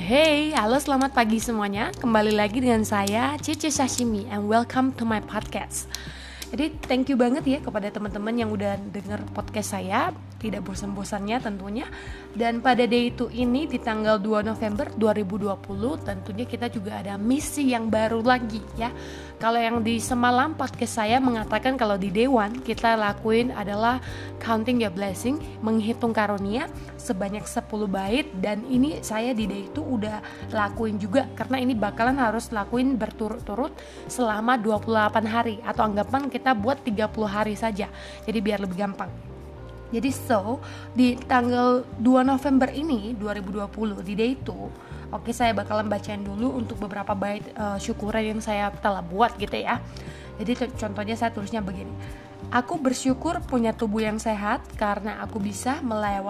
Hey, halo selamat pagi semuanya. Kembali lagi dengan saya Cici Sashimi and welcome to my podcast. Jadi thank you banget ya kepada teman-teman yang udah denger podcast saya, tidak bosan-bosannya tentunya. Dan pada day itu ini di tanggal 2 November 2020 tentunya kita juga ada misi yang baru lagi ya. Kalau yang di semalam podcast saya mengatakan kalau di day 1 kita lakuin adalah counting your blessing, menghitung karunia sebanyak 10 bait. Dan ini saya di day itu udah lakuin juga karena ini bakalan harus lakuin berturut-turut selama 28 hari atau anggapan kita buat 30 hari saja. Jadi biar lebih gampang. Jadi di tanggal 2 November ini 2020 di day itu, oke, saya bakalan bacain dulu untuk beberapa bait syukuran yang saya telah buat gitu ya. Jadi contohnya saya tulisnya begini. Aku bersyukur punya tubuh yang sehat karena aku bisa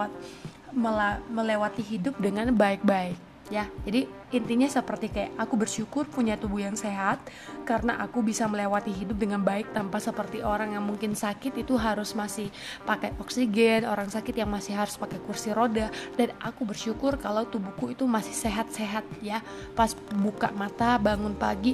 melewati hidup dengan baik-baik. Ya, jadi intinya seperti kayak aku bersyukur punya tubuh yang sehat karena aku bisa melewati hidup dengan baik tanpa seperti orang yang mungkin sakit itu harus masih pakai oksigen, orang sakit yang masih harus pakai kursi roda. Dan aku bersyukur kalau tubuhku itu masih sehat-sehat ya. Pas buka mata bangun pagi,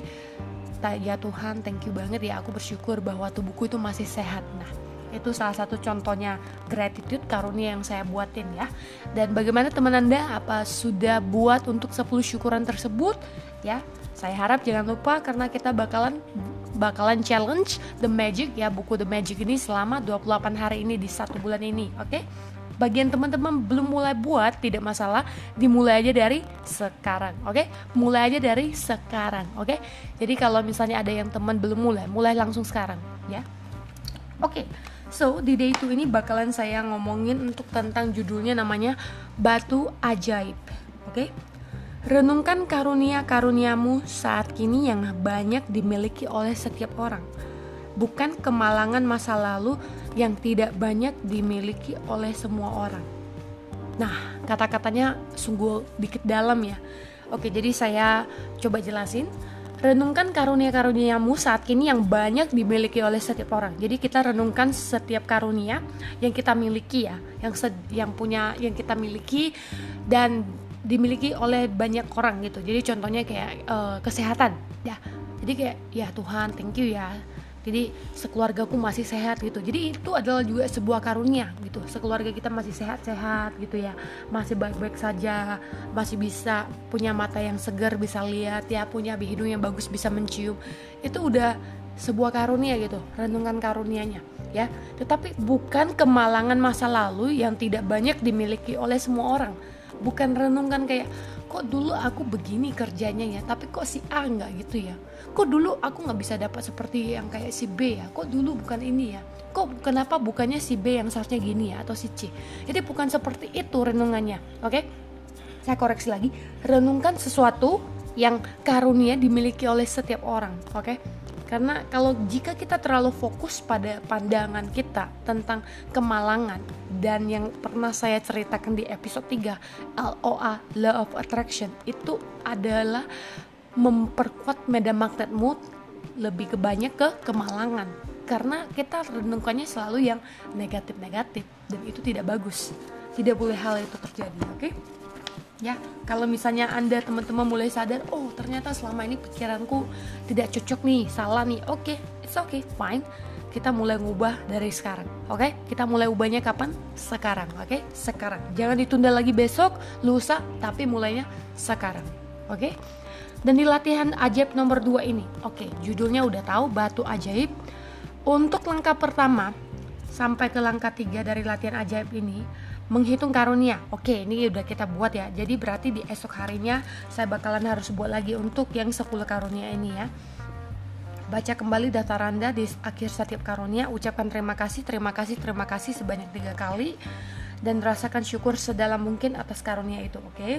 ya Tuhan, thank you banget ya, aku bersyukur bahwa tubuhku itu masih sehat. Nah, itu salah satu contohnya gratitude, karunia yang saya buatin ya. Dan bagaimana teman Anda, apa sudah buat untuk 10 syukuran tersebut ya? Saya harap jangan lupa karena kita bakalan challenge The Magic ya, buku The Magic ini selama 28 hari ini di 1 bulan ini, oke? Bagian teman-teman belum mulai buat, tidak masalah, dimulai aja dari sekarang, oke? Mulai aja dari sekarang, oke? Jadi kalau misalnya ada yang teman belum mulai langsung sekarang ya. Oke. So, di day 2 ini bakalan saya ngomongin untuk tentang judulnya namanya Batu Ajaib. Oke? Renungkan karunia-karuniamu saat kini yang banyak dimiliki oleh setiap orang. Bukan kemalangan masa lalu yang tidak banyak dimiliki oleh semua orang. Nah, kata-katanya sungguh dikit dalam ya. Oke, jadi saya coba jelasin. Renungkan karunia-karuniamu saat kini yang banyak dimiliki oleh setiap orang. Jadi kita renungkan setiap karunia yang kita miliki ya, yang kita miliki dan dimiliki oleh banyak orang gitu. Jadi contohnya kayak kesehatan ya. Jadi kayak ya Tuhan, thank you ya. Jadi sekeluargaku masih sehat gitu. Jadi itu adalah juga sebuah karunia gitu. Sekeluarga kita masih sehat-sehat gitu ya. Masih baik-baik saja, masih bisa punya mata yang segar bisa lihat ya, punya hidung yang bagus bisa mencium. Itu udah sebuah karunia gitu. Renungan karunianya ya. Tetapi bukan kemalangan masa lalu yang tidak banyak dimiliki oleh semua orang. Bukan renungkan kayak kok dulu aku begini kerjanya ya, tapi kok si A enggak gitu ya. Kok dulu aku gak bisa dapat seperti yang kayak si B ya. Kok dulu bukan ini ya. Kok kenapa bukannya si B yang seharusnya gini ya, atau si C. Jadi bukan seperti itu renungannya. Oke? Saya koreksi lagi. Renungkan sesuatu yang karunia dimiliki oleh setiap orang. Oke? Karena jika kita terlalu fokus pada pandangan kita tentang kemalangan dan yang pernah saya ceritakan di episode 3 LOA, Law of Attraction, itu adalah memperkuat medan magnetmu lebih banyak ke kemalangan. Karena kita renungkannya selalu yang negatif-negatif dan itu tidak bagus. Tidak boleh hal itu terjadi, oke? Ya, kalau misalnya Anda teman-teman mulai sadar, oh ternyata selama ini pikiranku tidak cocok nih, salah nih, oke, it's okay, fine. Kita mulai ngubah dari sekarang, oke? Kita mulai ubahnya kapan? Sekarang, oke? Sekarang, jangan ditunda lagi besok, lusa, tapi mulainya sekarang, oke? Dan di latihan ajaib nomor 2 ini, oke, judulnya udah tahu, Batu Ajaib. Untuk langkah pertama sampai ke langkah 3 dari latihan ajaib ini, menghitung karunia. Oke, ini udah kita buat ya. Jadi berarti di esok harinya saya bakalan harus buat lagi untuk yang 10 karunia ini ya. Baca kembali daftar Anda di akhir setiap karunia, ucapkan terima kasih sebanyak 3 kali dan rasakan syukur sedalam mungkin atas karunia itu, oke?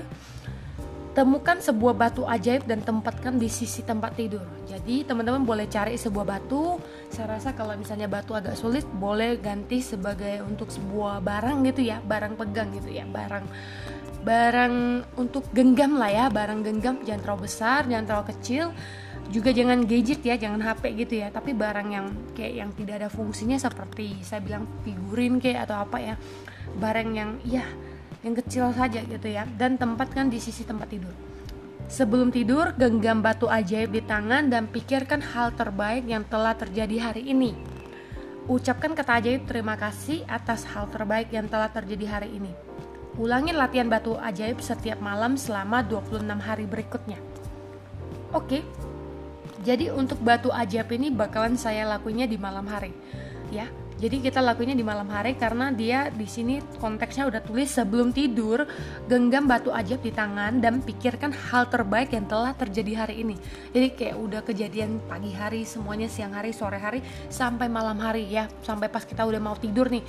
Temukan sebuah batu ajaib dan tempatkan di sisi tempat tidur. Jadi teman-teman boleh cari sebuah batu. Saya rasa kalau misalnya batu agak sulit, boleh ganti sebagai untuk sebuah barang gitu ya, barang pegang gitu ya, barang untuk genggam lah ya, barang genggam, jangan terlalu besar, jangan terlalu kecil, juga jangan gadget ya, jangan HP gitu ya, tapi barang yang kayak yang tidak ada fungsinya seperti saya bilang figurin kayak atau apa ya, barang yang kecil saja gitu ya, dan tempatkan di sisi tempat tidur. Sebelum tidur, genggam batu ajaib di tangan dan pikirkan hal terbaik yang telah terjadi hari ini. Ucapkan kata ajaib terima kasih atas hal terbaik yang telah terjadi hari ini. Ulangi latihan batu ajaib setiap malam selama 26 hari berikutnya. Oke, jadi untuk batu ajaib ini bakalan saya lakuinnya di malam hari, ya. Jadi kita lakuinnya di malam hari karena dia di sini konteksnya udah tulis sebelum tidur, genggam batu ajaib di tangan dan pikirkan hal terbaik yang telah terjadi hari ini. Jadi kayak udah kejadian pagi hari, semuanya siang hari, sore hari, sampai malam hari ya, sampai pas kita udah mau tidur nih,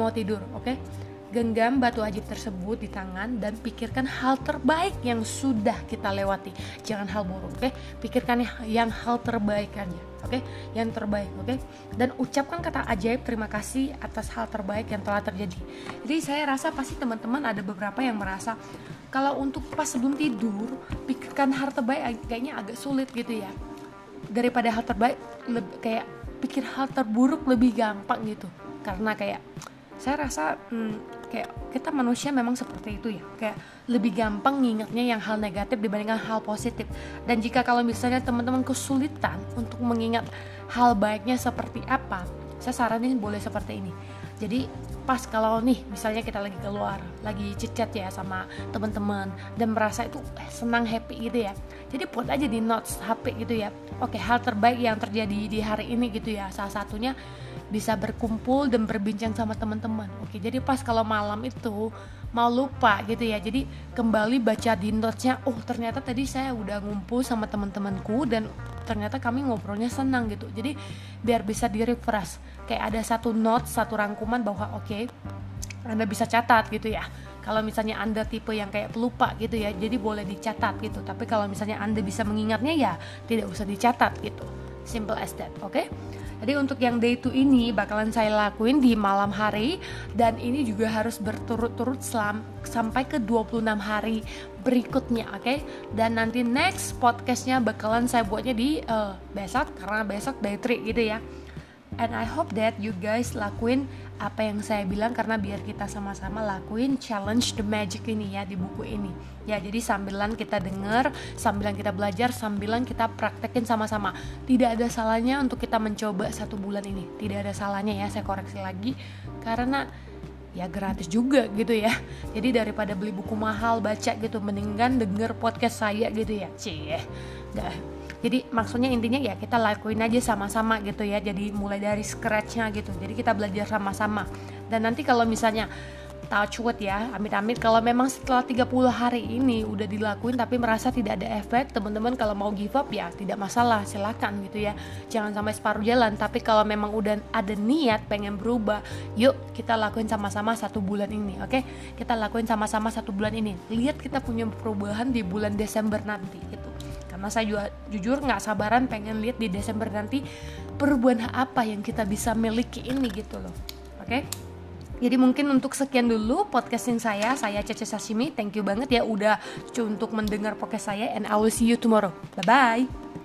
oke? Genggam batu ajaib tersebut di tangan dan pikirkan hal terbaik yang sudah kita lewati. Jangan hal buruk, oke? Pikirkan yang hal terbaikannya, oke? Yang terbaik, oke? Dan ucapkan kata ajaib terima kasih atas hal terbaik yang telah terjadi. Jadi saya rasa pasti teman-teman ada beberapa yang merasa kalau untuk pas sebelum tidur pikirkan hal terbaik kayaknya agak sulit gitu ya. Daripada hal terbaik, kayak pikir hal terburuk lebih gampang gitu. Karena kayak saya rasa kayak kita manusia memang seperti itu ya, kayak lebih gampang ngingetnya yang hal negatif dibandingkan hal positif. Dan jika kalau misalnya teman-teman kesulitan untuk mengingat hal baiknya seperti apa, saya saranin boleh seperti ini. Jadi pas kalau nih misalnya kita lagi keluar, lagi chit-chat ya sama teman-teman dan merasa itu senang, happy gitu ya, jadi buat aja di notes HP gitu ya. Oke, hal terbaik yang terjadi di hari ini gitu ya, salah satunya bisa berkumpul dan berbincang sama teman-teman. Oke, jadi pas kalau malam itu mau lupa gitu ya, jadi kembali baca di notesnya, oh ternyata tadi saya udah ngumpul sama teman-temanku dan ternyata kami ngobrolnya senang gitu. Jadi biar bisa di refresh, kayak ada satu note, satu rangkuman bahwa oke, Anda bisa catat gitu ya. Kalau misalnya Anda tipe yang kayak pelupa gitu ya, jadi boleh dicatat gitu. Tapi kalau misalnya Anda bisa mengingatnya ya tidak usah dicatat gitu. Simple as that, oke? Jadi untuk yang day 2 ini bakalan saya lakuin di malam hari dan ini juga harus berturut-turut sampai ke 26 hari berikutnya, oke? Dan nanti next podcastnya bakalan saya buatnya di besok, karena besok day 3 gitu ya. And I hope that you guys lakuin apa yang saya bilang, karena biar kita sama-sama lakuin challenge the magic ini ya di buku ini. Ya, jadi sambilan kita dengar, sambilan kita belajar, sambilan kita praktekin sama-sama. Tidak ada salahnya untuk kita mencoba 1 bulan ini. Tidak ada salahnya ya, saya koreksi lagi. Karena ya gratis juga gitu ya. Jadi daripada beli buku mahal baca gitu, mendingan denger podcast saya gitu ya. Cie. Jadi maksudnya intinya ya kita lakuin aja sama-sama gitu ya. Jadi mulai dari scratch-nya gitu. Jadi kita belajar sama-sama. Dan nanti kalau misalnya touch wood ya, amit-amit kalau memang setelah 30 hari ini udah dilakuin tapi merasa tidak ada efek, teman-teman kalau mau give up ya tidak masalah, silakan gitu ya. Jangan sampai separuh jalan. Tapi kalau memang udah ada niat pengen berubah, yuk kita lakuin sama-sama 1 bulan ini, oke? Kita lakuin sama-sama 1 bulan ini. Lihat kita punya perubahan di bulan Desember nanti gitu. Karena saya juga jujur gak sabaran pengen lihat di Desember nanti perubahan apa yang kita bisa miliki ini gitu loh. Oke? Jadi mungkin untuk sekian dulu podcasting saya Cece Sashimi. Thank you banget ya udah untuk mendengar podcast saya, and I will see you tomorrow. Bye bye.